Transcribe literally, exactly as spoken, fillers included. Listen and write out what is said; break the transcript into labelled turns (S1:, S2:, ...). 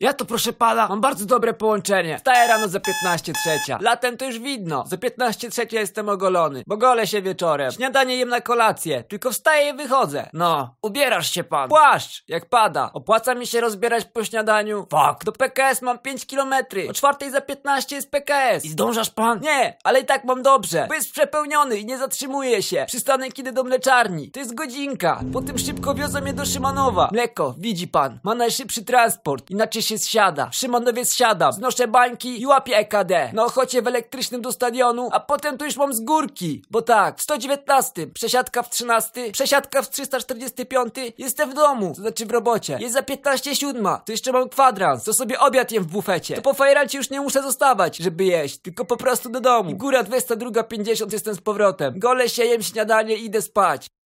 S1: Ja to proszę pana, mam bardzo dobre połączenie. Wstaję rano za piętnaście trzecia. Latem to już widno. Za piętnaście trzecia jestem ogolony, bo golę się wieczorem. Śniadanie jem na kolację, tylko wstaję i wychodzę. No, ubierasz się pan. Płaszcz, jak pada. Opłaca mi się rozbierać po śniadaniu? Fuck. Do P K S mam pięć kilometrów. O czwartej za piętnaście jest P K S. I zdążasz pan? Nie, ale i tak mam dobrze, bo jest przepełniony i nie zatrzymuje się. Przystanek idę do mleczarni. To jest godzinka. Potem szybko wiozą mnie do Szymanowa. Mleko, widzi pan, ma najszybszy transport. Inaczej się zsiada. W Szymanowie zsiadam. Znoszę bańki i łapię E K D. Na Ochocie w elektrycznym do stadionu, a potem to już mam z górki. Bo tak, w sto dziewiętnastym, przesiadka w trzynastym, przesiadka w trzysta czterdziestym piątym, jestem w domu, to znaczy w robocie. Jest za piętnaście siódma, to jeszcze mam kwadrans, to sobie obiad jem w bufecie. To po fajrancie już nie muszę zostawać, żeby jeść, tylko po prostu do domu. I góra dwudziesta druga pięćdziesiąt jestem z powrotem. Golę się, jem śniadanie i idę spać.